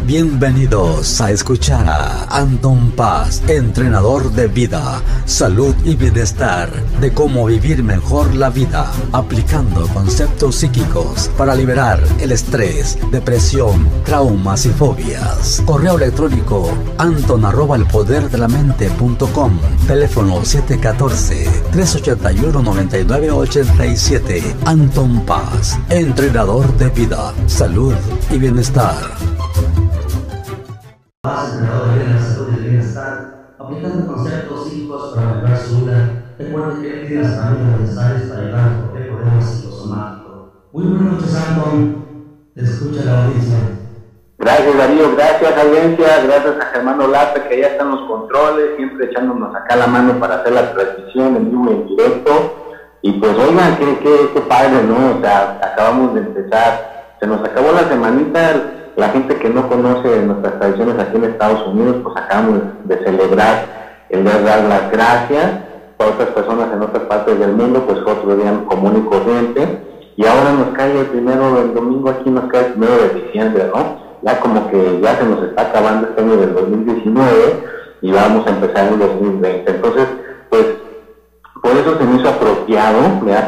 Bienvenidos a escuchar a Anton Paz, entrenador de vida, salud y bienestar, de cómo vivir mejor la vida, aplicando conceptos psíquicos para liberar el estrés, depresión, traumas y fobias. Correo electrónico anton@elpoderdelamente.com, teléfono 714-381-9987. Anton Paz, entrenador de vida, salud y bienestar. Entrenador de la salud y el bienestar, aplicando conceptos psíquicos para mejorar su vida. Recuerde que él tiene las herramientas necesarias para ayudar a cualquier problema psicosomático. Muy buenas noches, Anton. Te escucha la audiencia. Gracias, Darío. Gracias, audiencia. Gracias a Germán Olarte, que ya están los controles, siempre echándonos acá la mano para hacer la transmisión en vivo y en directo. Y pues, oigan, qué padre, ¿no? O sea, acabamos de empezar. Se nos acabó la semanita. La gente que no conoce nuestras tradiciones aquí en Estados Unidos, pues acabamos de celebrar el de dar las gracias. Para otras personas en otras partes del mundo, pues otro día común y corriente. Y ahora nos cae el domingo aquí nos cae el 1 de diciembre, ¿no? Ya como que ya se nos está acabando este año del 2019 y vamos a empezar el 2020. Entonces, pues, por eso se me hizo apropiado,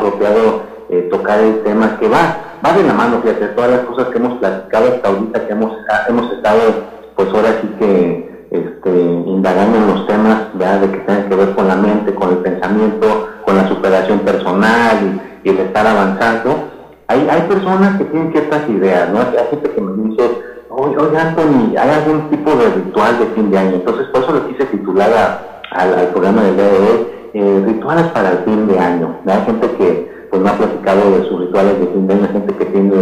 tocar el tema que va de la mano, fíjate, todas las cosas que hemos platicado hasta ahorita, que hemos estado, pues ahora sí que indagando en los temas, ¿verdad?, de que tienen que ver con la mente, con el pensamiento, con la superación personal y el estar avanzando. Hay personas que tienen ciertas ideas, ¿no? Hay gente que me dice, oye Anthony, ¿hay algún tipo de ritual de fin de año? Entonces, por eso lo quise titular al programa del día de hoy, rituales para el fin de año. Hay gente que pues me ha platicado de sus rituales de fin de año, gente que tiene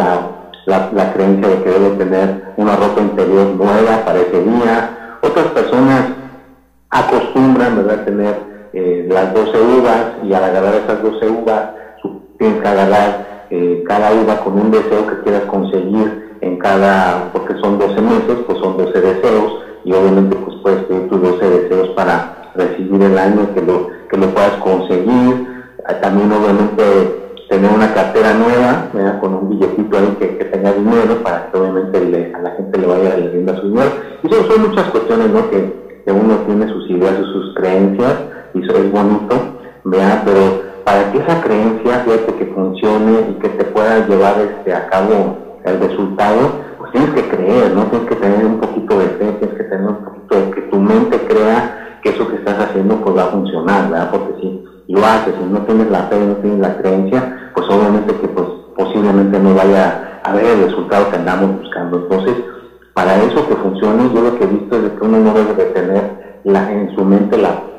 la creencia de que debe tener una ropa interior nueva para ese día. Otras personas acostumbran, ¿verdad?, tener las 12 uvas, y al agarrar esas 12 uvas, tienes que agarrar cada uva con un deseo que quieras conseguir porque son 12 meses, pues son 12 deseos, y obviamente pues puedes pedir tus 12 deseos para recibir el año que lo puedas conseguir. También obviamente tener una cartera nueva, ¿verdad?, con un billetito ahí que tenga dinero, para que obviamente a la gente le vaya leyendo su dinero. Y son muchas cuestiones, ¿no?, que uno tiene sus ideas y sus creencias, y eso es bonito, ¿verdad? Pero para que esa creencia, fíjate, que funcione y que te pueda llevar a cabo el resultado, pues tienes que creer, ¿no? Tienes que tener un poquito de fe, tienes que tener un poquito de que tu mente crea que eso que estás haciendo pues va a funcionar, ¿verdad? Porque si lo haces y no tienes la fe, no tienes la creencia, pues obviamente que pues posiblemente no vaya a ver el resultado que andamos buscando. Entonces, para eso que funcione, yo lo que he visto es de que uno no debe de tener en su mente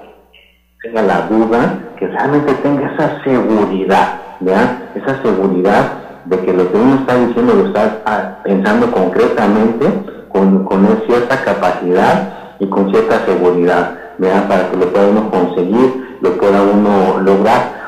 tenga la duda, que realmente tenga esa seguridad, ¿verdad? Esa seguridad de que lo que uno está diciendo lo está pensando concretamente, con cierta capacidad y con cierta seguridad, ¿verdad?, para que lo pueda uno conseguir, lo pueda uno lograr.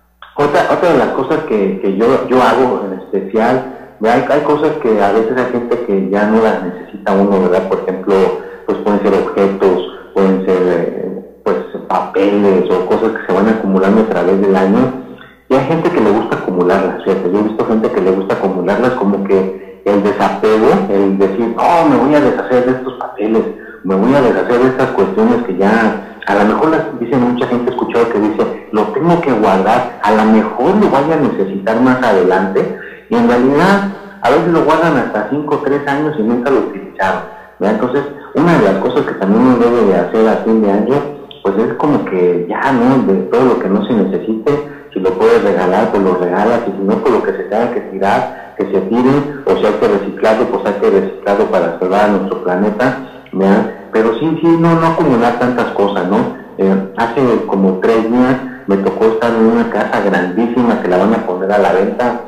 Otra de las cosas que yo hago en especial, hay cosas que a veces hay gente que ya no las necesita uno, ¿verdad? Por ejemplo, pues pueden ser objetos, pueden ser pues papeles o cosas que se van acumulando a través del año, y hay gente que le gusta acumularlas, fíjate. Yo he visto gente que le gusta acumularlas, como que el desapego, el decir, no, me voy a deshacer de estos papeles, me voy a deshacer de estas cuestiones que ya, a lo mejor dice mucha gente, he escuchado que dice, lo tengo que guardar, a lo mejor lo vaya a necesitar más adelante, y en realidad a veces lo guardan hasta 5 o 3 años y nunca lo utilizaron, ¿verdad? Entonces, una de las cosas que también uno debe de hacer a fin de año, pues es como que ya, ¿no?, de todo lo que no se necesite, si lo puedes regalar, pues lo regalas, y si no, pues lo que se tenga que tirar, que se tire, o si hay que reciclarlo, pues hay que reciclarlo para salvar a nuestro planeta, ¿verdad? Pero sí, no acumular tantas cosas, ¿no? Hace como 3 días me tocó estar en una casa grandísima que la van a poner a la venta,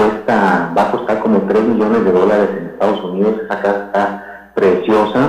va a costar como $3 millones en Estados Unidos. Esa casa está preciosa,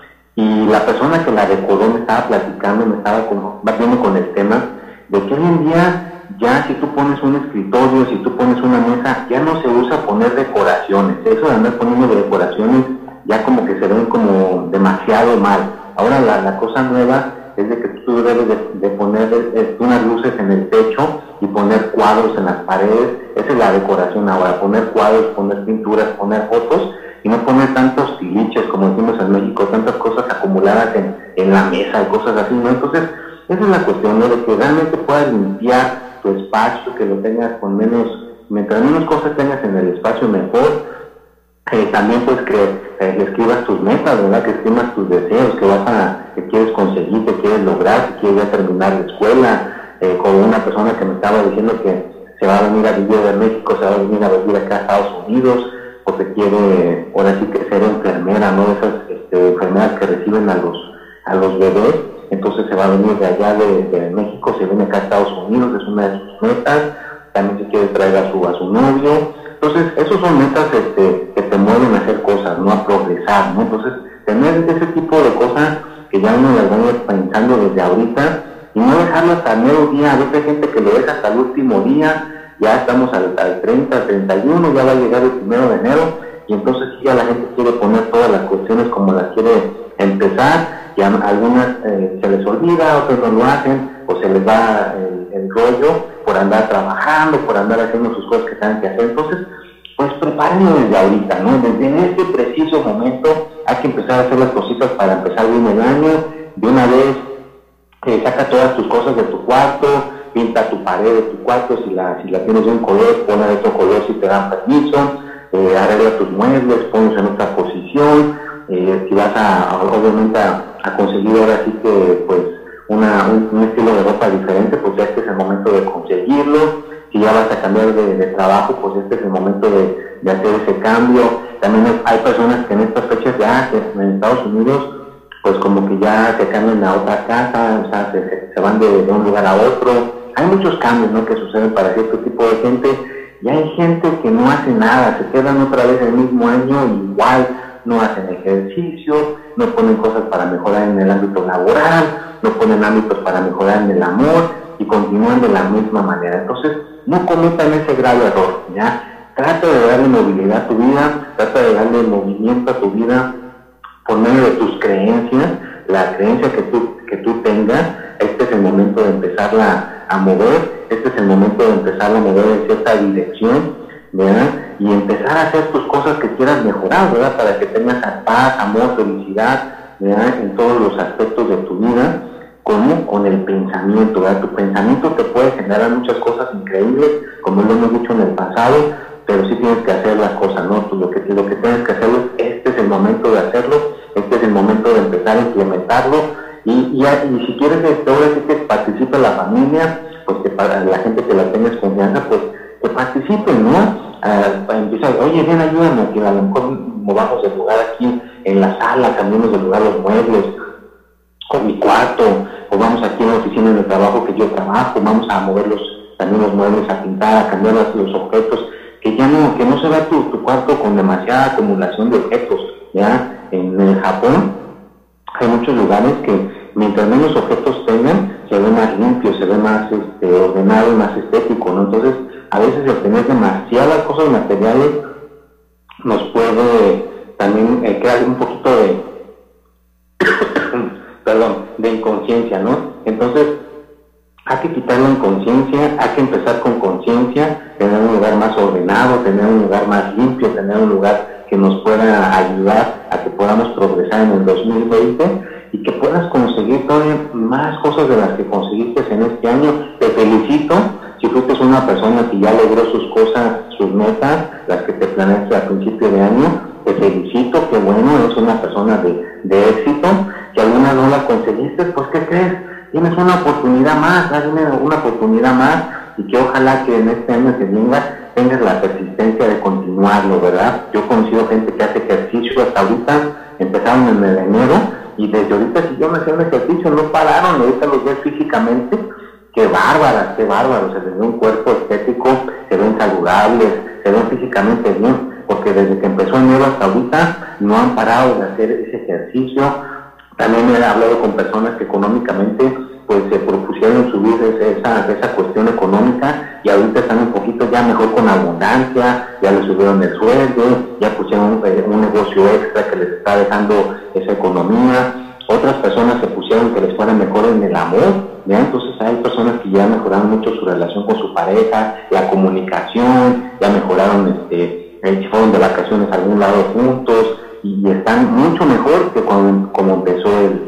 y la persona que la decoró me estaba platicando, me estaba batiendo con el tema de que hoy en día ya, si tú pones un escritorio, si tú pones una mesa, ya no se usa poner decoraciones. Eso de andar poniendo decoraciones ya como que se ven como demasiado mal. Ahora la cosa nueva es de que tú debes de poner unas luces en el techo y poner cuadros en las paredes. Esa es la decoración ahora, poner cuadros, poner pinturas, poner fotos, y no poner tantos tiliches, como decimos en México, tantas cosas acumuladas en la mesa y cosas así, ¿no? Entonces, esa es la cuestión, ¿no? De que realmente puedas limpiar tu espacio, que lo tengas con mientras menos cosas tengas en el espacio, mejor. También pues que escribas tus metas, ¿verdad? Que escribas tus deseos, que quieres conseguir, que quieres lograr, que quieres ya terminar la escuela, como una persona que me estaba diciendo que se va a venir a vivir de México, se va a venir a vivir acá a Estados Unidos, porque quiere ahora sí que ser enfermera, ¿no? Esas enfermeras que reciben a los bebés. Entonces se va a venir de allá de México, se viene acá a Estados Unidos, es una de sus metas. También se quiere traer a su novio. Entonces, esos son metas que te mueven a hacer cosas, no a progresar, ¿no? Entonces, tener ese tipo de cosas que ya uno las va pensando desde ahorita y no dejarlo hasta el medio día. A veces hay gente que lo deja hasta el último día, ya estamos al 30, al 31, ya va a llegar el 1 de enero y entonces ya la gente quiere poner todas las cuestiones como las quiere empezar, y a algunas se les olvida, otros no lo hacen, o se les va el rollo por andar trabajando, por andar haciendo sus cosas que tienen que hacer. Entonces, pues prepárenlo desde ahorita, ¿no? Desde este preciso momento hay que empezar a hacer las cositas para empezar bien el año. De una vez, saca todas tus cosas de tu cuarto, pinta tu pared de tu cuarto, si la tienes de un color, ponla de otro color si te dan permiso, arregla tus muebles, ponlos en otra posición. Si vas obviamente a conseguir ahora sí que pues un estilo de ropa diferente, pues ya este es el momento de conseguirlo. Si ya vas a cambiar de trabajo, pues este es el momento de hacer ese cambio. También hay personas que en estas fechas ya en Estados Unidos pues como que ya se cambian a otra casa, o sea, se van de un lugar a otro. Hay muchos cambios, ¿no?, que suceden para cierto tipo de gente, y hay gente que no hace nada, se quedan otra vez el mismo año igual, no hacen ejercicio, no ponen cosas para mejorar en el ámbito laboral, no ponen ámbitos para mejorar en el amor, y continúan de la misma manera. Entonces, no cometan ese grave error, ¿ya? Trata de darle movilidad a tu vida, trata de darle movimiento a tu vida por medio de tus creencias, la creencia que tú tengas. Este es el momento de empezarla a mover, este es el momento de empezarla a mover en cierta dirección, ¿verdad? Y empezar a hacer tus cosas que quieras mejorar, ¿verdad? Para que tengas paz, amor, felicidad, ¿verdad? En todos los aspectos de tu vida, como con el pensamiento, ¿verdad? Tu pensamiento te puede generar muchas cosas increíbles, como lo hemos dicho en el pasado, pero sí tienes que hacer las cosas, ¿no? Tú lo que tienes que hacerlo, este es el momento de hacerlo, este es el momento de empezar a implementarlo, y si quieres ahora sí que participe la familia, pues que para la gente que la tengas confianza, pues que participen, ¿no? Para empezar, oye, ven, ayúdame, que a lo mejor movamos de lugar aquí en la sala, cambiemos de lugar los muebles, o mi cuarto, o vamos aquí en la oficina de trabajo que yo trabajo, vamos a mover también los muebles, a pintar, a cambiar los objetos, que no se vea tu cuarto con demasiada acumulación de objetos, ¿ya? En el Japón hay muchos lugares que mientras menos objetos tengan, se ve más limpio, se ve más ordenado, más estético, ¿no? Entonces, a veces el tener demasiadas cosas materiales nos puede también crear un poquito de inconsciencia, ¿no? Entonces, hay que quitar la inconsciencia, hay que empezar con conciencia, tener un lugar más ordenado, tener un lugar más limpio, tener un lugar que nos pueda ayudar a que podamos progresar en el 2020 y que puedas conseguir todavía más cosas de las que conseguiste en este año. Te felicito si fuiste una persona que ya logró sus cosas, sus metas, las que te planeaste al principio de año. Te felicito, que bueno, eres una persona de éxito. Si alguna no la conseguiste, pues ¿qué crees? Tienes una oportunidad más, una oportunidad más, y que ojalá que en este año que venga tengas la persistencia de continuarlo, ¿verdad? Yo he conocido gente que hace ejercicio hasta ahorita, empezaron en el enero, y desde ahorita siguieron haciendo ejercicio, no pararon, ahorita los ves físicamente, qué bárbaras, se les ve un cuerpo estético, se ven saludables, se ven físicamente bien, porque desde que empezó enero hasta ahorita no han parado de hacer ese ejercicio. También he hablado con personas que económicamente pues se propusieron subir esa cuestión económica, y ahorita están un poquito ya mejor con abundancia, ya les subieron el sueldo, ya pusieron un negocio extra que les está dejando esa economía. Otras personas se pusieron que les fuera mejor en el amor, ¿ya? Entonces hay personas que ya mejoraron mucho su relación con su pareja, la comunicación, ya mejoraron si fueron de vacaciones a algún lado juntos, y están mucho mejor que como empezó el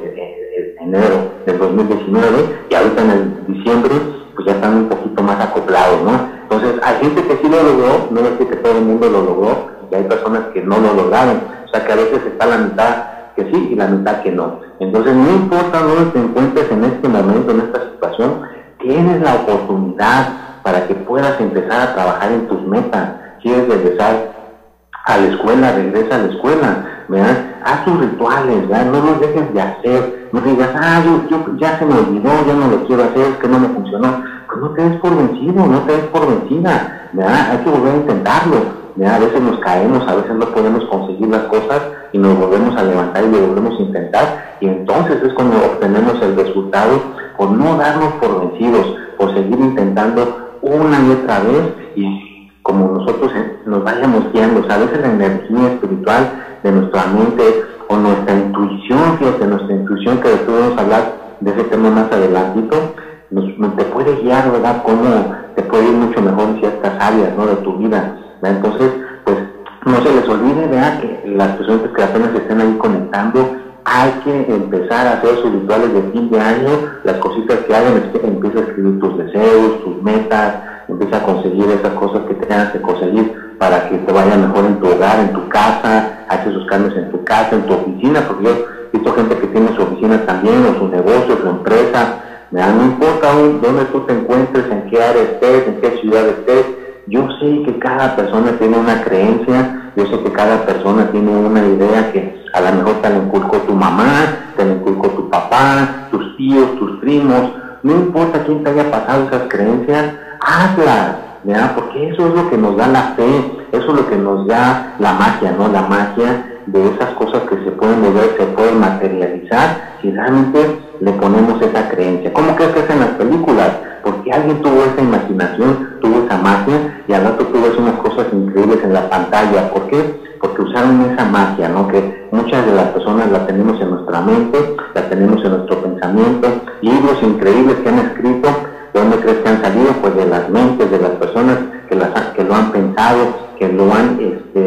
enero del 2019, y ahorita en el diciembre pues ya están un poquito más acoplados, ¿no? Entonces hay gente que sí lo logró, no es que todo el mundo lo logró, y hay personas que no lo lograron, o sea que a veces está la mitad que sí y la mitad que no. Entonces no importa dónde te encuentres en este momento, en esta situación, tienes la oportunidad para que puedas empezar a trabajar en tus metas. Quieres regresar a la escuela, regresa a la escuela, ¿verdad? Haz tus rituales, ¿verdad? No los dejes de hacer, no digas, yo ya se me olvidó, ya no lo quiero hacer, es que no me funcionó. Pues no te des por vencido, no te des por vencida, ¿verdad? Hay que volver a intentarlo, ¿verdad? A veces nos caemos, a veces no podemos conseguir las cosas y nos volvemos a levantar y lo volvemos a intentar, y entonces es cuando obtenemos el resultado, por no darnos por vencidos, por seguir intentando una y otra vez, y como nosotros nos vayamos guiando, o sea, a veces la energía espiritual de nuestra mente o nuestra intuición, fíjate, nuestra intuición, que después vamos a hablar de ese tema más adelantito, te puede guiar, ¿verdad? Cómo te puede ir mucho mejor en ciertas áreas, ¿no?, de tu vida, ¿verdad? Entonces, pues, no se les olvide, ¿verdad?, que las personas que apenas estén ahí conectando, hay que empezar a hacer sus rituales de fin de año, las cositas que hagan, empieza a escribir tus deseos, tus metas, empieza a conseguir esas cosas que tengas que conseguir para que te vaya mejor en tu hogar, en tu casa, haz esos cambios en tu casa, en tu oficina, porque yo he visto gente que tiene su oficina también, o su negocio, su empresa, ¿verdad? No importa dónde tú te encuentres, en qué área estés, en qué ciudad estés, yo sé que cada persona tiene una creencia, yo sé que cada persona tiene una idea que a lo mejor te la inculcó tu mamá, te la inculcó tu papá, tus tíos, tus primos, no importa quién te haya pasado esas creencias, hazlas, ¿verdad? Porque eso es lo que nos da la fe, eso es lo que nos da la magia, ¿no? La magia de esas cosas que se pueden mover, se pueden materializar si realmente le ponemos esa creencia. ¿Cómo crees que es en las películas? Porque alguien tuvo esa imaginación, tuvo esa magia, y al rato tuvo unas cosas increíbles en la pantalla. ¿Por qué? Porque usaron esa magia, ¿no? Que muchas de las personas la tenemos en nuestra mente, la tenemos en nuestro pensamiento, libros increíbles que han escrito. ¿De dónde crees que han salido? Pues de las mentes de las personas que lo han pensado, que lo han,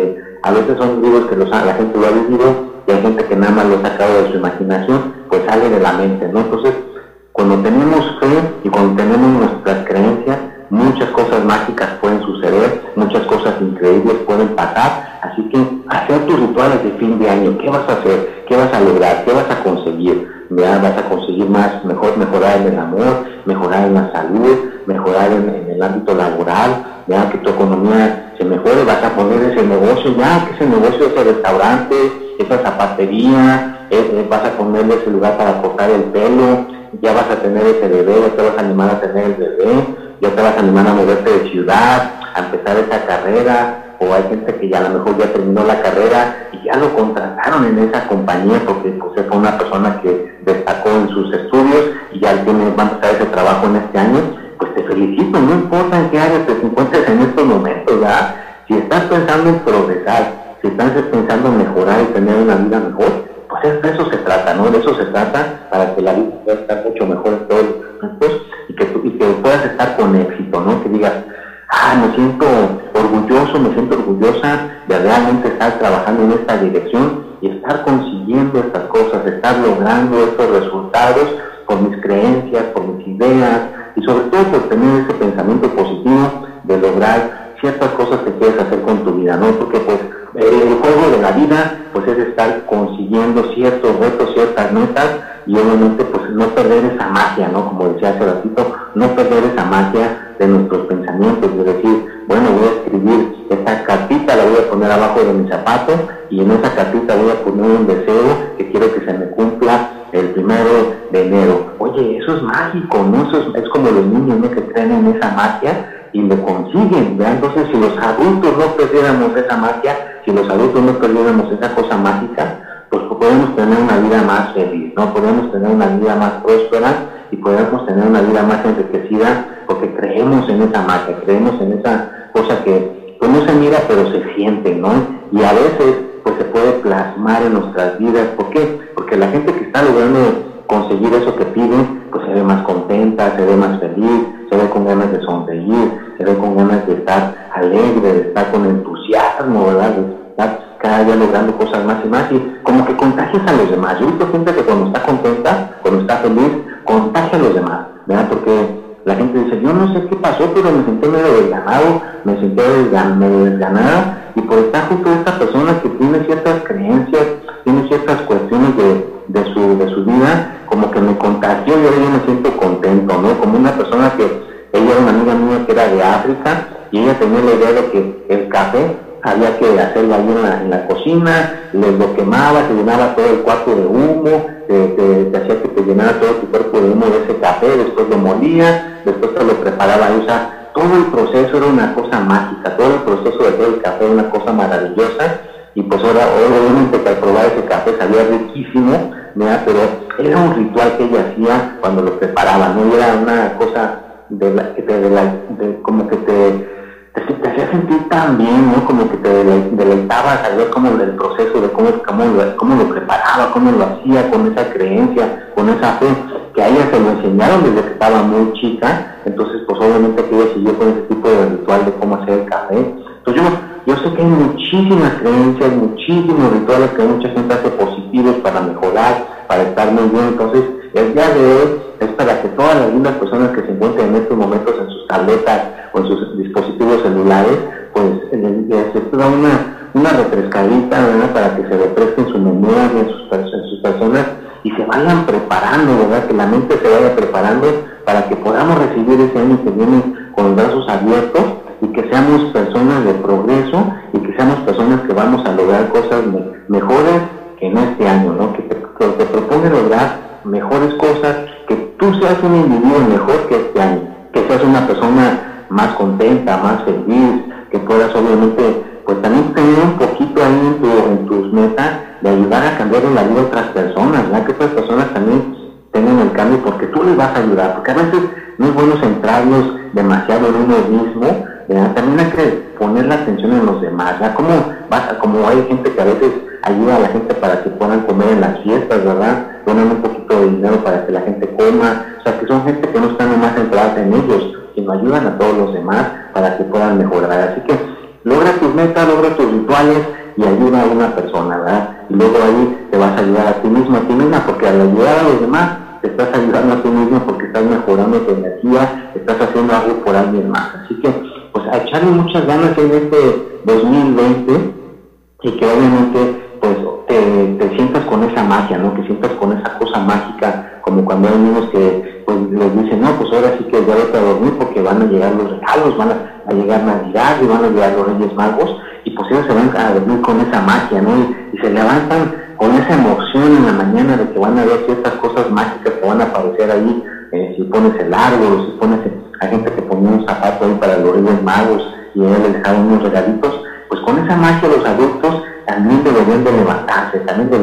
a veces son libros que la gente lo ha vivido, y hay gente que nada más lo ha sacado de su imaginación, pues sale de la mente, ¿no? Entonces, cuando tenemos fe y cuando tenemos nuestras creencias, muchas cosas mágicas pueden suceder, muchas cosas increíbles pueden pasar. Así que hacer tus rituales de fin de año, ¿qué vas a hacer? ¿Qué vas a lograr? ¿Qué vas a conseguir? ¿Verdad? Vas a conseguir mejorar en el amor, mejorar en la salud, mejorar en el ámbito laboral, ¿verdad? Que tu economía se mejore, vas a poner ese negocio ya, que ese negocio, ese restaurante, esa zapatería, vas a ponerle ese lugar para cortar el pelo, ya vas a tener ese bebé, ya te vas a animar a tener el bebé, ya te vas a animar a moverte de ciudad, a empezar esa carrera, o hay gente que ya a lo mejor ya terminó la carrera y ya lo contrataron en esa compañía porque pues fue una persona que destacó en sus estudios y ya va a empezar ese trabajo en este año. Pues te felicito, no importa en qué área te encuentres en estos momentos, ¿verdad? Si estás pensando en progresar, si estás pensando en mejorar y tener una vida mejor, pues de eso se trata, ¿no? De eso se trata, para que la vida pueda estar mucho mejor en todos los momentos y que puedas estar con éxito, ¿no? Que digas, me siento orgulloso, me siento orgullosa de realmente estar trabajando en esta dirección y estar consiguiendo estas cosas, estar logrando estos resultados por mis creencias, por mis ideas, y sobre todo por tener ese pensamiento positivo de lograr ciertas cosas que quieres hacer con tu vida, ¿no? Porque pues el juego de la vida pues es estar consiguiendo ciertos retos, ciertas metas, y obviamente pues no perder esa magia, ¿no? Como decía hace ratito, no perder esa magia de nuestros pensamientos, de decir, bueno, voy a escribir esta cartita, la voy a poner abajo de mi zapato, y en esa cartita voy a poner un deseo que quiero que se me cumpla el 1 de enero. Oye, eso es mágico, ¿no? Eso es como los niños, ¿no? Que creen en esa magia y lo consiguen, ¿verdad? Entonces, si los adultos no perdiéramos esa magia, si los adultos no perdiéramos esa cosa mágica, pues podemos tener una vida más feliz, ¿no? Podemos tener una vida más próspera y podemos tener una vida más enriquecida porque creemos en esa magia, creemos en esa cosa que pues no se mira pero se siente, ¿no? Y a veces pues se puede plasmar en nuestras vidas. ¿Por qué? Porque la gente que está logrando conseguir eso que pide, pues se ve más contenta, se ve más feliz, se ve con ganas de sonreír, se ve con ganas de estar alegre, de estar con entusiasmo, ¿verdad? De estar cada día logrando cosas más y más, y como que contagias a los demás. Yo he visto gente que cuando está contenta, cuando está feliz, contagia a los demás, ¿verdad? Porque la gente dice, yo no sé qué pasó, pero me sentí medio desganado, me sentí medio desganada, y por estar junto a esta persona que tiene ciertas creencias, tiene ciertas cuestiones de su vida, como que me contagió, y ahora yo me siento contento, ¿no? Como una persona que, ella era una amiga mía que era de África, y ella tenía la idea de que el café había que hacerlo ahí en la cocina, lo quemaba, te llenaba todo el cuarto de humo, te hacía que te llenara todo tu cuerpo de humo de ese café, después lo molía, después te lo preparaba, o sea, todo el proceso era una cosa mágica, todo el proceso de todo el café era una cosa maravillosa, y pues ahora obviamente que al probar ese café sabía riquísimo, ¿verdad? Pero era un ritual que ella hacía cuando lo preparaba, ¿no? Y era una cosa como que te hacía sentir tan bien, ¿no? Como que te deleitabas al ver cómo el proceso de cómo lo preparaba, cómo lo hacía, con esa creencia, con esa fe, que a ella se lo enseñaron desde que estaba muy chica. Entonces pues obviamente que ella siguió con ese tipo de ritual de cómo hacer el café. Entonces yo sé que hay muchísimas creencias, muchísimos rituales que mucha gente hace positivos para mejorar, para estar muy bien. Entonces el día de hoy es para que todas las lindas personas que se encuentren en estos momentos en sus tabletas o en sus dispositivos celulares, pues se da una refrescadita, ¿verdad? Para que se refresquen su memoria, sus personas, y se vayan preparando, ¿verdad? Que la mente se vaya preparando para que podamos recibir ese año que viene con los brazos abiertos, y que seamos personas de progreso, y que seamos personas que vamos a lograr cosas mejores que en este año, ¿no? Que te propongan lograr mejores cosas, que tú seas un individuo mejor que este año, que seas una persona más contenta, más feliz, que puedas obviamente pues también tener un poquito ahí en tus metas de ayudar a cambiar en la vida a otras personas, ¿verdad? Que otras personas también tengan el cambio, porque tú les vas a ayudar, porque a veces no es bueno centrarnos demasiado en uno mismo, ¿verdad? También hay que poner la atención en los demás, ¿verdad? Como hay gente que a veces ayuda a la gente para que puedan comer en las fiestas, ¿verdad? Donan un poquito de dinero para que la gente coma, o sea, que son gente que no están nomás centradas en ellos, sino ayudan a todos los demás para que puedan mejorar. Así que logra tus metas, logra tus rituales y ayuda a una persona, ¿verdad? Y luego ahí te vas a ayudar a ti mismo, a ti misma, porque al ayudar a los demás te estás ayudando a ti mismo, porque estás mejorando tu energía, estás haciendo algo por alguien más. Así que pues a echarle muchas ganas en este 2020, y que obviamente pues te sientas con esa magia, ¿no? Que sientas con esa cosa mágica, como cuando hay niños que pues les dicen, no, pues ahora sí que ya vete a dormir porque van a llegar los regalos, van a llegar Navidad y van a llegar los Reyes Magos, y pues ellos se van a dormir con esa magia, ¿no? Y se levantan con esa emoción en la mañana de que van a ver ciertas cosas mágicas que van a aparecer ahí, si pones el árbol, si pones, hay gente que ponía un zapato ahí para los Reyes Magos y ellos les dejaban unos regalitos. Pues con esa magia los adultos también deberían de levantarse,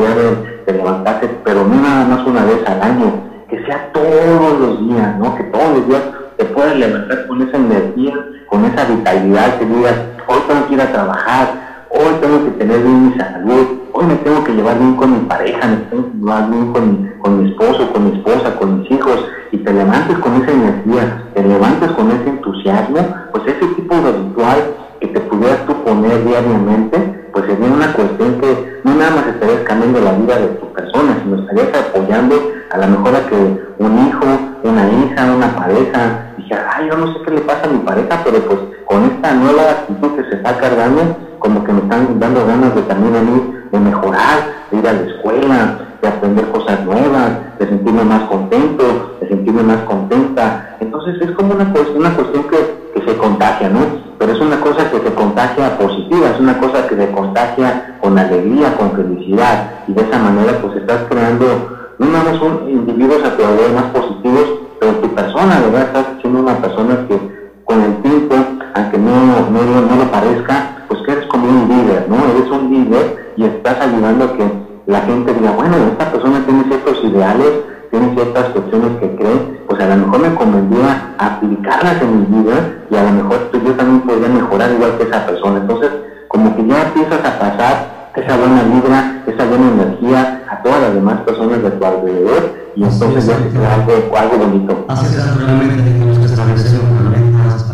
pero no nada más una vez al año, que sea todos los días, ¿no? Que todos los días te puedas levantar con esa energía, con esa vitalidad, que digas, hoy tengo que ir a trabajar, hoy tengo que tener bien mi salud, hoy me tengo que llevar bien con mi pareja, me tengo que llevar bien con mi esposo, con mi esposa, con mis hijos, y te levantes con esa energía, te levantes con ese entusiasmo. Pues ese tipo de ritual que te pudieras tú poner diariamente, pues sería una cuestión que no nada más estarías cambiando la vida de tu persona, sino estarías apoyando a lo mejor a que un hijo, una hija, una pareja dijera, ay, yo no sé qué le pasa a mi pareja, pero pues con esta nueva actitud que se está cargando, como que me están dando ganas de también a mí de mejorar, de ir a la escuela, de aprender cosas nuevas, de sentirme más contento, de sentirme más contenta. Entonces es como una cuestión que se contagia, ¿no? Pero es una cosa que se contagia positiva, es una cosa que se contagia con alegría, con felicidad, y de esa manera pues estás creando no nada más individuos a tu alrededor más positivos, pero tu persona, ¿verdad? Estás siendo una persona que con el tiempo, aunque no lo parezca, pues que eres como un líder, ¿no? Eres un líder y estás ayudando a que la gente diga, bueno, esta persona tiene ciertos ideales, tiene ciertas cuestiones que cree, pues a lo mejor me convendría aplicarlas en mi vida, y a lo mejor pues, yo también podría mejorar igual que esa persona. Entonces, como que ya empiezas a pasar esa buena vibra, esa buena energía a todas las demás personas de tu alrededor, y entonces ya se crea algo bonito. Así es, naturalmente tenemos que establecer unas metas para este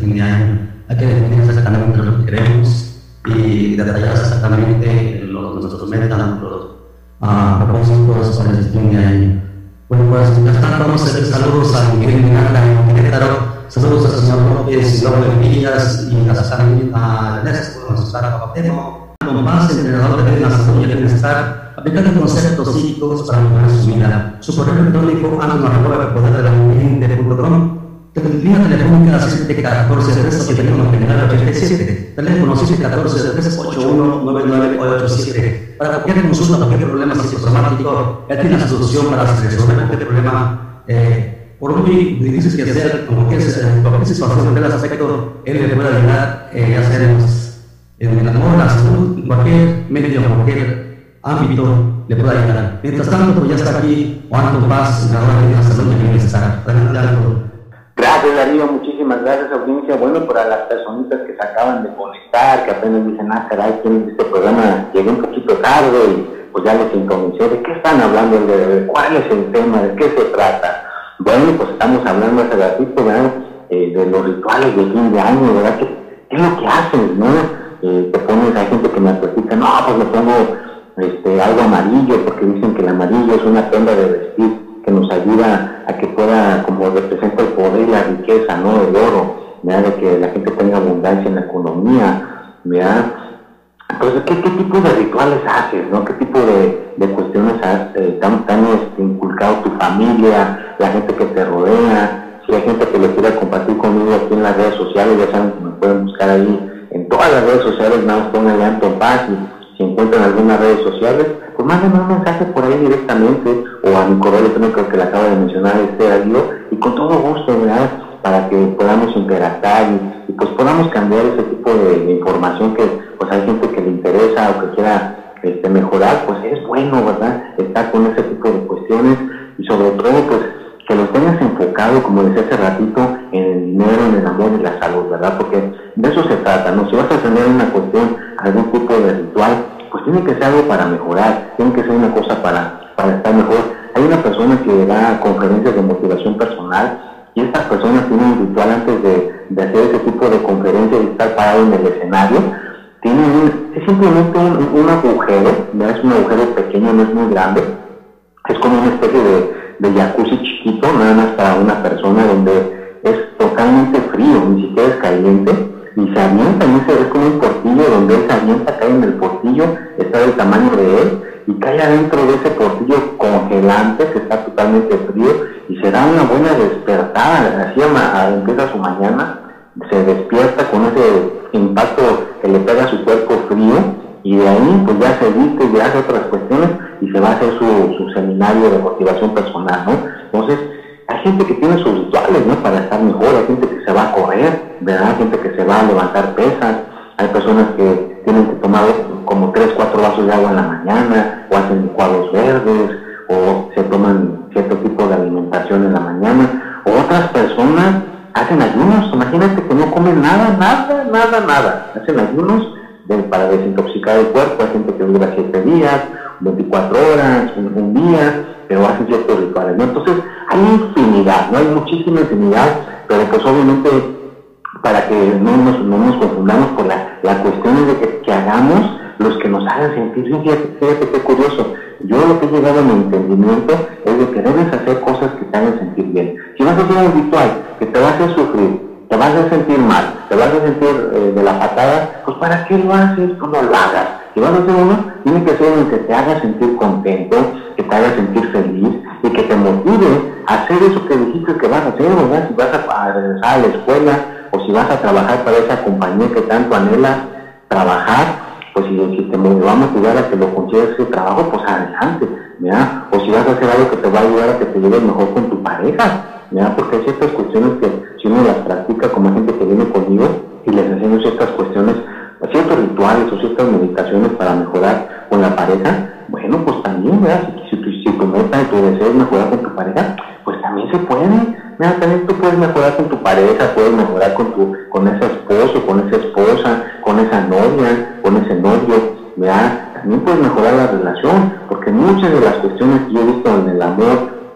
fin de año. Hay que definir exactamente lo que queremos y detallar exactamente nuestros metas, nuestros propósitos para el fin de año. Bueno, pues mientras tanto vamos a hacer saludos a Miguel Miranda en Querétaro, saludos al señor López, López Villas y también a Ernesto, nuestro Papatemo, con Paz, entrenador de la salud y el bienestar, aplicando conceptos psíquicos para mejorar su vida. Su correo electrónico @poderdelamente.com. Línea telefónica 714-381-87, teléfono 714-381-9987. Para cualquier consulta, cualquier problema psicosomático, ya tiene la solución para resolver cualquier problema. Por muy difícil que sea, cualquier situación, cualquier aspecto, él le puede ayudar, ya sea en el amor, la salud, en cualquier medio, en cualquier ámbito, le puede ayudar. Mientras tanto, ya está aquí Juan Paz, entrenador de la salud y el bienestar. Gracias, Darío, muchísimas gracias, audiencia. Bueno, para las personitas que se acaban de conectar, que apenas dicen, caray, este programa llegué un poquito tarde y pues ya les sintonicé. ¿De qué están hablando el día de hoy? ¿Cuál es el tema? ¿De qué se trata? Bueno, pues estamos hablando hace ratito, ¿verdad? De los rituales de fin de año, ¿verdad? ¿Qué es lo que hacen, no? Te pones, hay gente que me platica, no, pues me pongo algo amarillo, porque dicen que el amarillo es una prenda de vestir que nos ayuda a que pueda, como representa el poder y la riqueza, ¿no? El oro, ¿verdad? De que la gente tenga abundancia en la economía, ¿verdad? Entonces, ¿qué tipo de rituales haces, no? ¿Qué tipo de cuestiones has inculcado tu familia, la gente que te rodea? Si hay gente que lo quiera compartir conmigo aquí en las redes sociales, ya saben que me pueden buscar ahí en todas las redes sociales, nada más pongan Anton Paz y si encuentran algunas redes sociales, pues mándenme un mensaje por ahí directamente o a mi correo electrónico que le acabo de mencionar, Darío, y con todo gusto, ¿verdad? Para que podamos interactuar y pues podamos cambiar ese tipo de información que pues hay gente que le interesa o que quiera mejorar, pues es bueno, ¿verdad? Estar con ese tipo de cuestiones y sobre todo pues que los tengas enfocado, como decía hace ratito, en el dinero, en el amor y la salud, ¿verdad? Porque de eso se trata, ¿no? Si vas a tener una cuestión, algún tipo de ritual, pues tiene que ser algo para mejorar, tiene que ser una cosa para estar mejor. Hay una persona que da conferencias de motivación personal y esta persona tiene un ritual antes de hacer ese tipo de conferencias y estar parado en el escenario. Es simplemente un agujero, ¿no? Es un agujero pequeño, no es muy grande, es como una especie de jacuzzi chiquito, nada más para una persona, donde es totalmente frío, ni siquiera es caliente, y se avienta, es como un portillo donde él se avienta, cae en el portillo, está del tamaño de él, y cae adentro de ese portillo congelante, que está totalmente frío, y se da una buena despertada, así empieza su mañana, se despierta con ese impacto que le pega a su cuerpo frío, y de ahí pues ya se viste y hace otras cuestiones, y se va a hacer su seminario de motivación personal, ¿no? Entonces, hay gente que tiene sus rituales, ¿no? Para estar mejor, hay gente que se va a correr, ¿verdad? Hay gente que se va a levantar pesas, hay personas que tienen que tomar como 3, 4 vasos de agua en la mañana, o hacen licuados verdes, o se toman cierto tipo de alimentación en la mañana, o otras personas hacen ayunos, imagínate que no comen nada, hacen ayunos para desintoxicar el cuerpo. Hay gente que dura 7 días, 24 horas, un día, pero hacen ciertos rituales, ¿no? Entonces, hay infinidad, ¿no? Hay muchísima infinidad, pero pues obviamente, para que no nos confundamos por la cuestión de que hagamos los que nos hagan sentir bien. Fíjate qué curioso. Yo lo que he llegado a mi entendimiento es de que debes hacer cosas que te hagan sentir bien. Si vas a hacer un ritual que te va a hacer sufrir, te vas a sentir mal, te vas a sentir de la patada, pues ¿para qué lo haces? Tú no lo hagas. Si vas a hacer uno, tiene que ser uno que te haga sentir contento, que te haga sentir feliz y que te motive a hacer eso que dijiste que vas a hacer, ¿verdad? Si vas a regresar a la escuela o si vas a trabajar para esa compañía que tanto anhelas trabajar, pues si te va a motivar a que lo consigas ese trabajo, pues adelante, ¿verdad? O si vas a hacer algo que te va a ayudar a que te lleves mejor con tu pareja, ¿verdad? Porque hay ciertas cuestiones que si uno las practica, como hay gente que viene conmigo y les enseño ciertas cuestiones, ciertos rituales o ciertas meditaciones para mejorar con la pareja, bueno, pues también, ¿verdad? Si tu meta y tu deseo es mejorar con tu pareja, pues también se puede, ¿verdad? También tú puedes mejorar con tu pareja, puedes mejorar con ese esposo, con esa esposa, con esa novia, con ese novio, ¿verdad? También puedes mejorar la relación, porque muchas de las cuestiones que yo he visto en el amor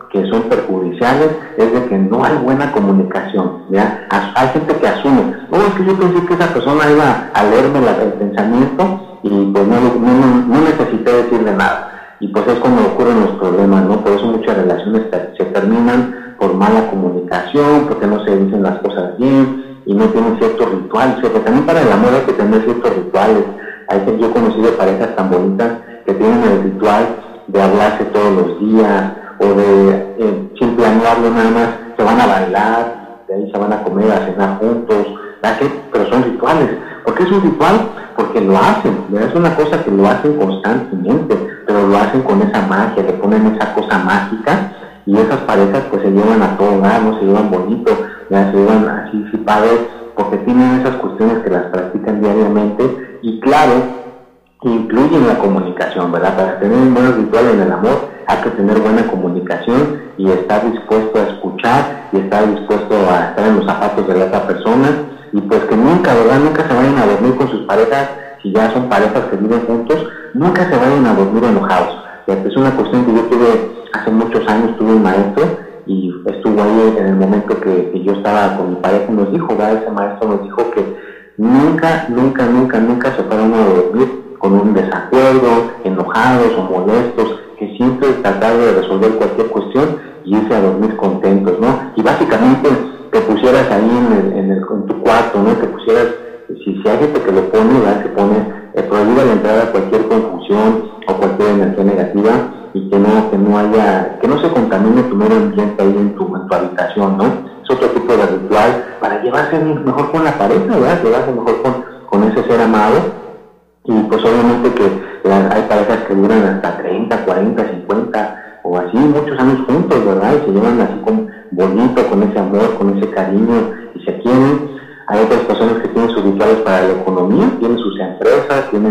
que son perjudiciales es de que no hay buena comunicación, ¿ya? Hay gente que asume, no, es que yo pensé que esa persona iba a leerme el pensamiento y pues no necesité decirle nada. Y pues es cuando ocurren los problemas, ¿no? Por eso muchas relaciones se terminan por mala comunicación, porque no se dicen las cosas bien y no tienen ciertos rituales, porque también para el amor hay que tener ciertos rituales. Yo he conocido parejas tan bonitas que tienen el ritual de hablarse todos los días, o de sin planearlo nada más, se van a bailar, de ahí se van a comer, a cenar juntos, pero son rituales. ¿Por qué es un ritual? Porque lo hacen, ¿verdad? Es una cosa que lo hacen constantemente, pero lo hacen con esa magia, le ponen esa cosa mágica, y esas parejas pues se llevan a todo dar, ¿no? Se llevan bonito, ¿verdad? Se llevan así padres, porque tienen esas cuestiones que las practican diariamente, y claro, incluyen la comunicación, ¿verdad? Para tener un buen ritual en el amor hay que tener buena comunicación y estar dispuesto a escuchar y estar dispuesto a estar en los zapatos de la otra persona, y pues que nunca, ¿verdad? Nunca se vayan a dormir con sus parejas, si ya son parejas que viven juntos, nunca se vayan a dormir enojados. Es una cuestión que yo tuve hace muchos años, tuve un maestro y estuvo ahí en el momento que yo estaba con mi pareja y nos dijo, ¿verdad? Ese maestro nos dijo que nunca se fueran a dormir con un desacuerdo, enojados o molestos, que siempre tratar de resolver cualquier cuestión y irse a dormir contentos, ¿no? Y básicamente te pusieras ahí en tu cuarto, ¿no? Te pusieras, si hay gente que lo pone, ¿verdad? Que pone prohibida la entrada a cualquier confusión o cualquier energía negativa, y que no se contamine tu medio ambiente ahí en tu habitación, ¿no? Es otro tipo de ritual para llevarse mejor con la pareja, ¿verdad? Llevarse mejor con ese ser amado. Y pues obviamente que hay parejas que duran hasta 30, 40, 50 o así, muchos años juntos, ¿verdad? Y se llevan así con bonito, con ese amor, con ese cariño, y se quieren. Hay otras personas que tienen sus rituales para la economía, tienen sus empresas, tienen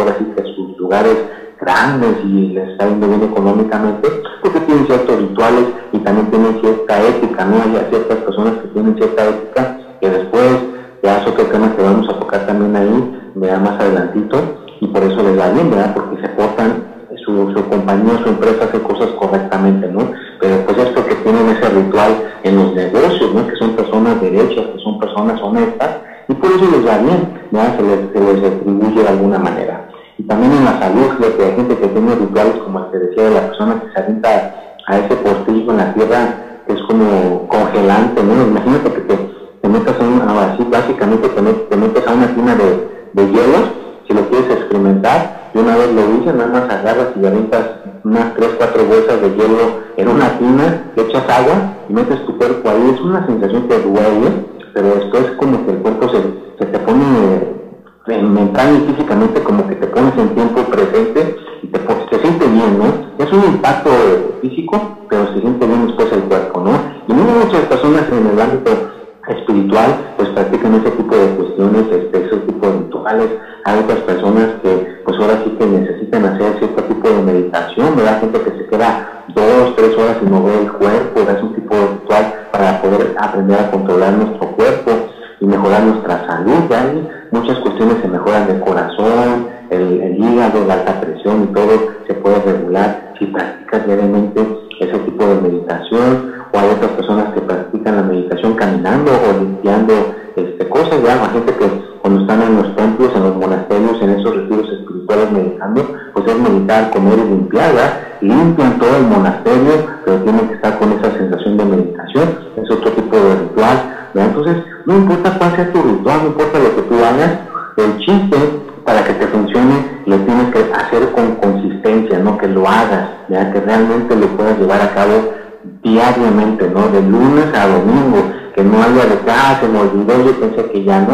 sus lugares grandes y les está yendo bien económicamente, porque tienen ciertos rituales y también tienen cierta ética, ¿no? Hay ciertas personas que tienen cierta ética que después, ya es otro tema que vamos a tocar también ahí, más adelantito, y por eso les va bien, ¿verdad? Porque se portan, su compañía, su empresa hace cosas correctamente, ¿no? Pero pues es porque tienen ese ritual en los negocios, ¿no? Que son personas derechas, que son personas honestas, y por eso les va bien, ¿verdad? Se les retribuye de alguna manera. Y también en la salud, que hay gente que tiene rituales como el que decía de la persona que se avienta a ese postillo en la tierra, que es como congelante, ¿no? Imagínate que te metas así básicamente te metes a una tina de hielos, si lo quieres experimentar, de una vez lo hice, nada más agarras y avientas unas 3, 4 bolsas de hielo en una tina, le echas agua y metes tu cuerpo ahí. Es una sensación que duele, pero después como que el cuerpo se te pone mental y físicamente, como que te pones en tiempo presente y te siente bien, ¿no? Es un impacto físico, pero se siente bien después el cuerpo, ¿no? Y muchas personas en el ámbito espiritual pues practican ese tipo de cuestiones, ese tipo de rituales. Hay otras personas que pues ahora sí que necesitan hacer cierto tipo de meditación, ¿verdad? Gente que se queda 2, 3 horas sin mover el cuerpo, ¿verdad? Es un tipo de ritual para poder aprender a controlar nuestro cuerpo y mejorar nuestra salud, ¿verdad? Hay muchas cuestiones se mejoran del corazón, el hígado, la alta presión y todo se puede regular si practicas diariamente ese tipo de meditación. O hay otras personas que practican la meditación caminando o limpiando cosas, ya hay gente que cuando están en los templos, en los monasterios, en esos retiros espirituales meditando, pues es meditar, comer y limpiar, ¿verdad? Limpian todo el monasterio, pero tienen que estar con esa sensación de meditación. Es otro tipo de ritual, ¿verdad? Entonces no importa cuál sea tu ritual, no importa lo que tú hagas, el chiste para que te funcione lo tienes que hacer con consistencia, ¿no? Que lo hagas, ¿verdad? Que realmente lo puedas llevar a cabo diariamente, ¿no? De lunes a domingo, que no haya de que se me olvidó, yo pensé que ya no,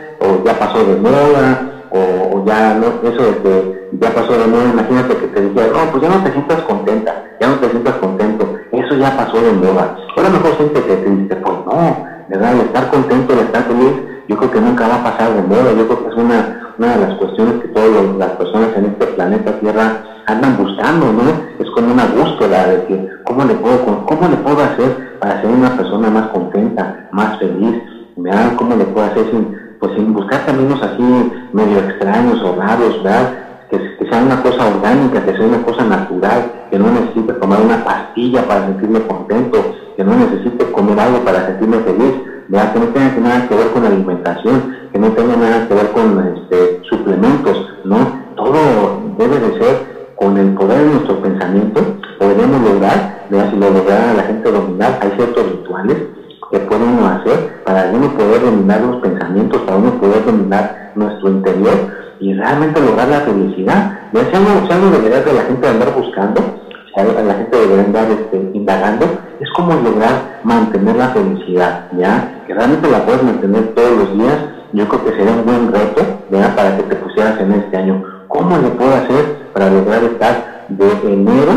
o ya pasó de moda, o ya no, eso de que ya pasó de moda. Imagínate que te dijera, no, pues ya no te sientas contenta, ya no te sientas contento, eso ya pasó de moda, ahora mejor siéntete triste. Pues no, ¿verdad? El estar contento, el estar feliz, yo creo que nunca va a pasar de moda. Yo creo que es una de las cuestiones que todas las personas en este planeta Tierra andan buscando, ¿no? Es como una búsqueda de que ¿cómo le puedo hacer para ser una persona más contenta, más feliz? ¿Verdad? ¿Cómo le puedo hacer sin buscar caminos así medio extraños o raros, ¿verdad? que sea una cosa orgánica, que sea una cosa natural, que no necesite tomar una pastilla para sentirme contento, que no necesite comer algo para sentirme feliz, ¿verdad? Que no tenga nada que ver con alimentación, que no tenga nada que ver con suplementos, ¿no? Todo debe de ser con el poder de nuestro pensamiento. Podríamos lograr, ¿verdad? Si lo lograra la gente dominar, hay ciertos rituales que puede uno hacer para uno poder dominar los pensamientos, para uno poder dominar nuestro interior y realmente lograr la felicidad. ¿Ya? Si algo debería de la gente andar buscando, si algo la gente debería andar indagando, es cómo lograr mantener la felicidad, ¿ya? Que realmente la puedes mantener todos los días. Yo creo que sería un buen reto, ¿ya? Para que te pusieras en este año. ¿Cómo le puedo hacer para lograr estar de enero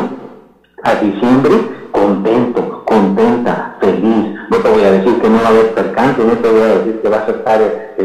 a diciembre contento, contenta, feliz? No te voy a decir que no va a haber percance, no te voy a decir que vas a estar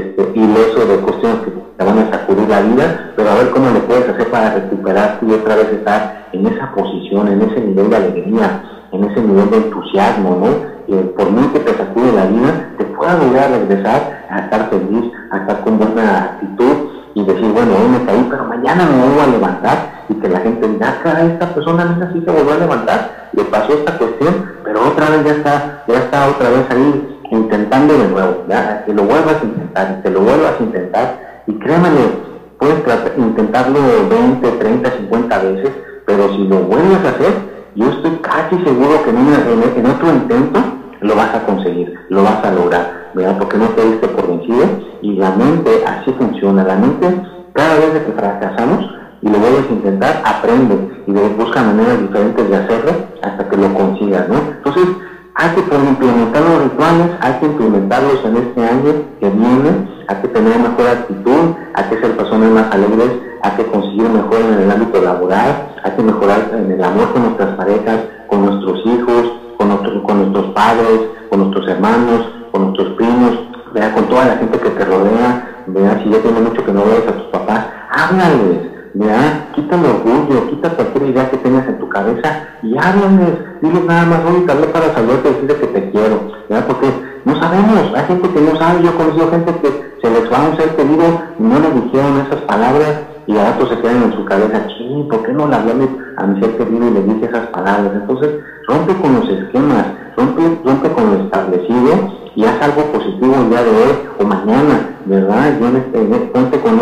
ileso de cuestiones que te van a sacudir la vida, pero a ver cómo le puedes hacer para recuperarte y otra vez estar en esa posición, en ese nivel de alegría, en ese nivel de entusiasmo, ¿no? Por muy que te sacude la vida, te pueda lograr regresar a estar feliz, a estar con buena actitud y decir, bueno, hoy me caí, pero mañana me vuelvo a levantar, y que la gente diga, esta persona mira, sí se volvió a levantar, le pasó esta cuestión, pero otra vez ya está otra vez ahí intentando de nuevo, ¿ya? Que lo vuelvas a intentar, y que lo vuelvas a intentar, y créemelo, puedes intentarlo 20, 30, 50 veces, pero si lo vuelves a hacer, yo estoy casi seguro que en otro intento lo vas a conseguir, lo vas a lograr, ¿verdad? Porque no te diste por vencido, y la mente así funciona. La mente, cada vez que fracasamos y lo vuelves a intentar, aprende y busca maneras diferentes de hacerlo hasta que lo consigas, ¿no? Entonces, hay que implementar los rituales, hay que implementarlos en este año que viene, hay que tener mejor actitud, hay que ser personas más alegres, hay que conseguir mejor en el ámbito laboral, hay que mejorar en el amor con nuestras parejas, con nuestros hijos, con nuestros padres, con nuestros hermanos, con nuestros primos, ¿verdad? Con toda la gente que te rodea, ¿verdad? Si ya tiene mucho que no veas a tus papás, háblales, ¿verdad? Quita el orgullo, quita cualquier idea que tengas en tu cabeza y háblales, diles nada más, oye, te hablé para saludarte y decirle que te quiero, ¿verdad? Porque no sabemos, hay gente que no sabe. Yo he conocido gente que se les va a un ser querido y no le dijeron esas palabras y a rato se quedan en su cabeza, ¿por qué no le hablé a mi ser querido y le dije esas palabras? Entonces, rompe con los esquemas, rompe con lo establecido y haz algo positivo el día de hoy o mañana, ¿verdad? Ponte con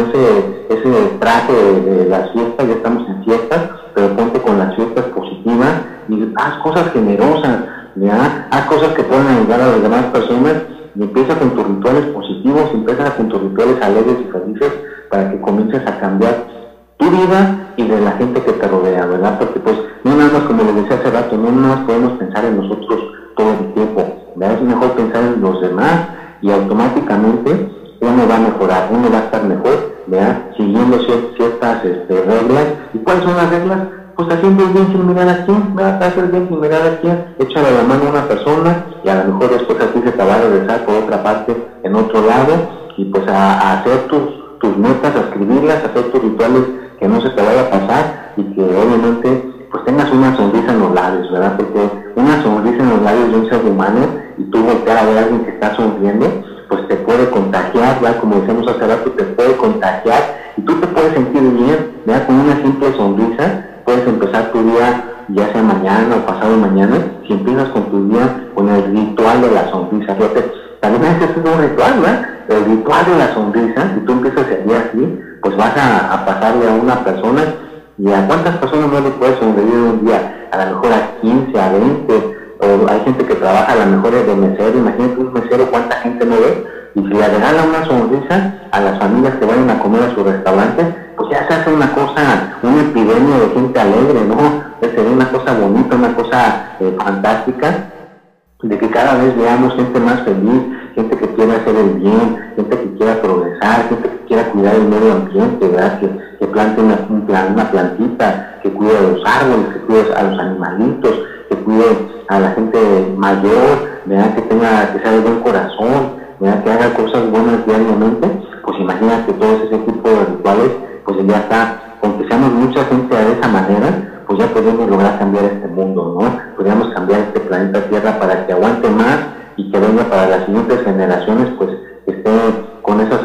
ese traje de las fiestas, ya estamos en fiestas, pero ponte con las fiestas positivas y haz cosas generosas, ¿verdad? Haz cosas que puedan ayudar a las demás personas y empieza con tus rituales positivos, empieza con tus rituales alegres y felices para que comiences a cambiar tu vida y de la gente que te rodea, ¿verdad? Porque pues no nada más, como les decía hace rato, no nada más podemos pensar en nosotros todo el tiempo, ¿verdad? Es mejor pensar en los demás y automáticamente uno va a mejorar, uno va a estar mejor, ¿verdad? Siguiendo ciertas reglas. ¿Y cuáles son las reglas? Pues haciendo el bien sin mirar a quién, ¿verdad? Hacer el bien sin mirar a quién, échale la mano a una persona y a lo mejor después a ti se te va a regresar por otra parte en otro lado, y pues a hacer tus metas, a escribirlas, a hacer tus rituales, que no se te vaya a pasar y que obviamente pues tengas una sonrisa en los labios, ¿verdad? Porque una sonrisa en los labios de un ser humano y tú voltear a ver a alguien que está sonriendo, pues te puede contagiar, ¿verdad? Como decíamos hace rato, te puede contagiar y tú te puedes sentir bien, ¿verdad? Con una simple sonrisa puedes empezar tu día, ya sea mañana o pasado mañana, si empiezas con tu día con el ritual de la sonrisa. Fíjate, también ese es un ritual, ¿verdad? El ritual de la sonrisa, si tú empiezas el día así, pues vas a pasarle a una persona, y a cuántas personas no le puedes sonreír un día, a lo mejor a 15, a 20, o hay gente que trabaja a lo mejor de mesero, imagínate un mesero, cuánta gente no ve, y si le regala una sonrisa a las familias que vayan a comer a su restaurante, pues ya se hace una cosa, una epidemia de gente alegre, ¿no? Sería una cosa bonita, una cosa fantástica, de que cada vez veamos gente más feliz, gente que quiera hacer el bien, gente que quiera progresar, gente que quiera cuidar el medio ambiente, ¿verdad? Que plante una plantita, que cuide a los árboles, que cuide a los animalitos, que cuide a la gente mayor, ¿verdad? Que sea de buen corazón, ¿verdad? Que haga cosas buenas diariamente. Pues imagínate todos ese tipo de rituales, pues ya está, aunque seamos mucha gente de esa manera, pues ya podemos lograr cambiar este mundo, ¿no? Podríamos cambiar este planeta Tierra para que aguante más y que venga para las siguientes generaciones, pues esté con esos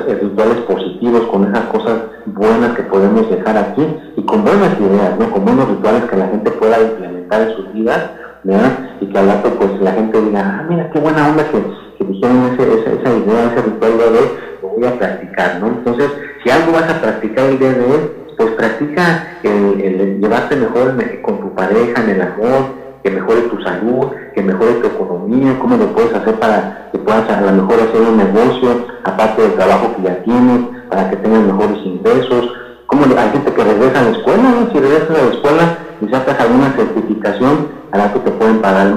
rituales positivos, con esas cosas buenas que podemos dejar aquí y con buenas ideas, ¿no? Con buenos rituales que la gente pueda implementar en sus vidas, ¿verdad? Y que al rato pues la gente diga, mira qué buena onda que dijeron esa idea, ese ritual de hoy, lo voy a practicar, ¿no? Entonces, si algo vas a practicar el día de hoy, pues practica el llevarte mejor con tu pareja, en el amor, que mejore tu salud, que mejore tu economía, cómo lo puedes hacer para que puedas a lo mejor hacer un negocio, aparte del trabajo que ya tienes, para que tengas mejores ingresos. Hay gente que regresa a la escuela, ¿no? Si regresas a la escuela y sacas alguna certificación, a la que te pueden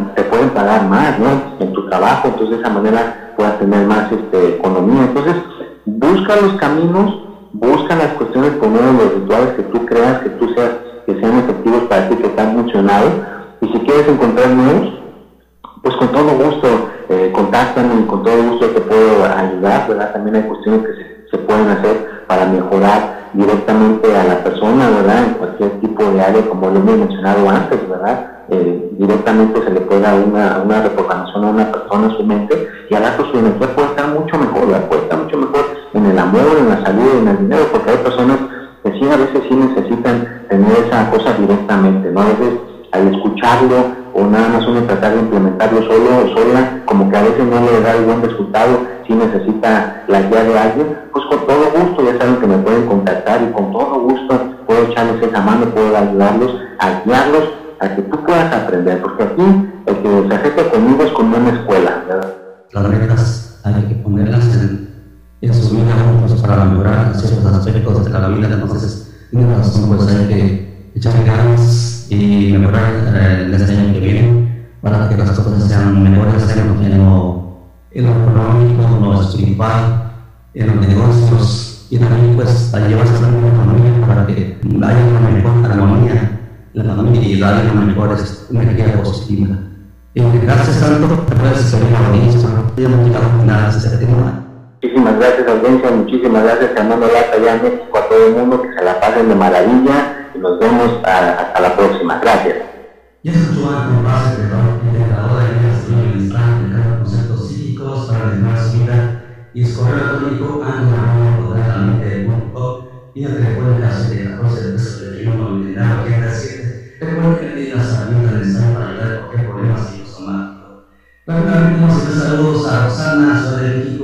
pagar más, ¿no? En tu trabajo, entonces de esa manera puedas tener más economía. Entonces, busca los caminos, busca las cuestiones con uno de los rituales que tú creas que sean efectivos para ti, que te han funcionado. Y si quieres encontrar nuevos, pues con todo gusto, contáctame y con todo gusto te puedo ayudar, ¿verdad? También hay cuestiones que se pueden hacer para mejorar directamente a la persona, ¿verdad? En cualquier tipo de área, como lo hemos mencionado antes, ¿verdad? Directamente se le puede dar una reprogramación a una persona en su mente y al rato su energía puede estar mucho mejor, ¿verdad? Puede estar mucho mejor en el amor, en la salud, en el dinero, porque hay personas que sí, a veces sí necesitan tener esa cosa directamente, ¿no? A veces al escucharlo o nada más uno tratar de implementarlo solo o sola, como que a veces no le da el buen resultado, si necesita la guía de alguien, pues con todo gusto, ya saben que me pueden contactar y con todo gusto puedo echarles esa mano, puedo ayudarlos, a guiarlos, a que tú puedas aprender, porque aquí el que se acerca conmigo es como una escuela, ¿verdad? Las metas hay que ponerlas en su vida juntos para mejorar ciertos aspectos de la vida, entonces tiene razón, pues hay que echarle ganas y mejorar el año que viene para que las cosas sean mejores en lo económico, en lo espiritual, en los negocios y también pues a llevarse a la familia para que haya una mejor armonía en la familia y haya una mejor energía positiva. Gracias tanto, te puedes seguir a la audiencia, ya hemos llegado al final de este tema. Muchísimas gracias, audiencia, muchísimas gracias, Fernando Lata, allá en México, a todo el mundo, que se la pasen de maravilla y nos vemos hasta la próxima. Gracias. Ya escuchó con base de la integradora de ideas y administrar conceptos psíquicos para ordenar su vida y su correo electrónico angular.com y el teléfono de la 714-331-99-87. Recuerden que tiene las herramientas necesarias para ayudar a cualquier problema psicosomático. También saludos a Rosana, Ciudad de México.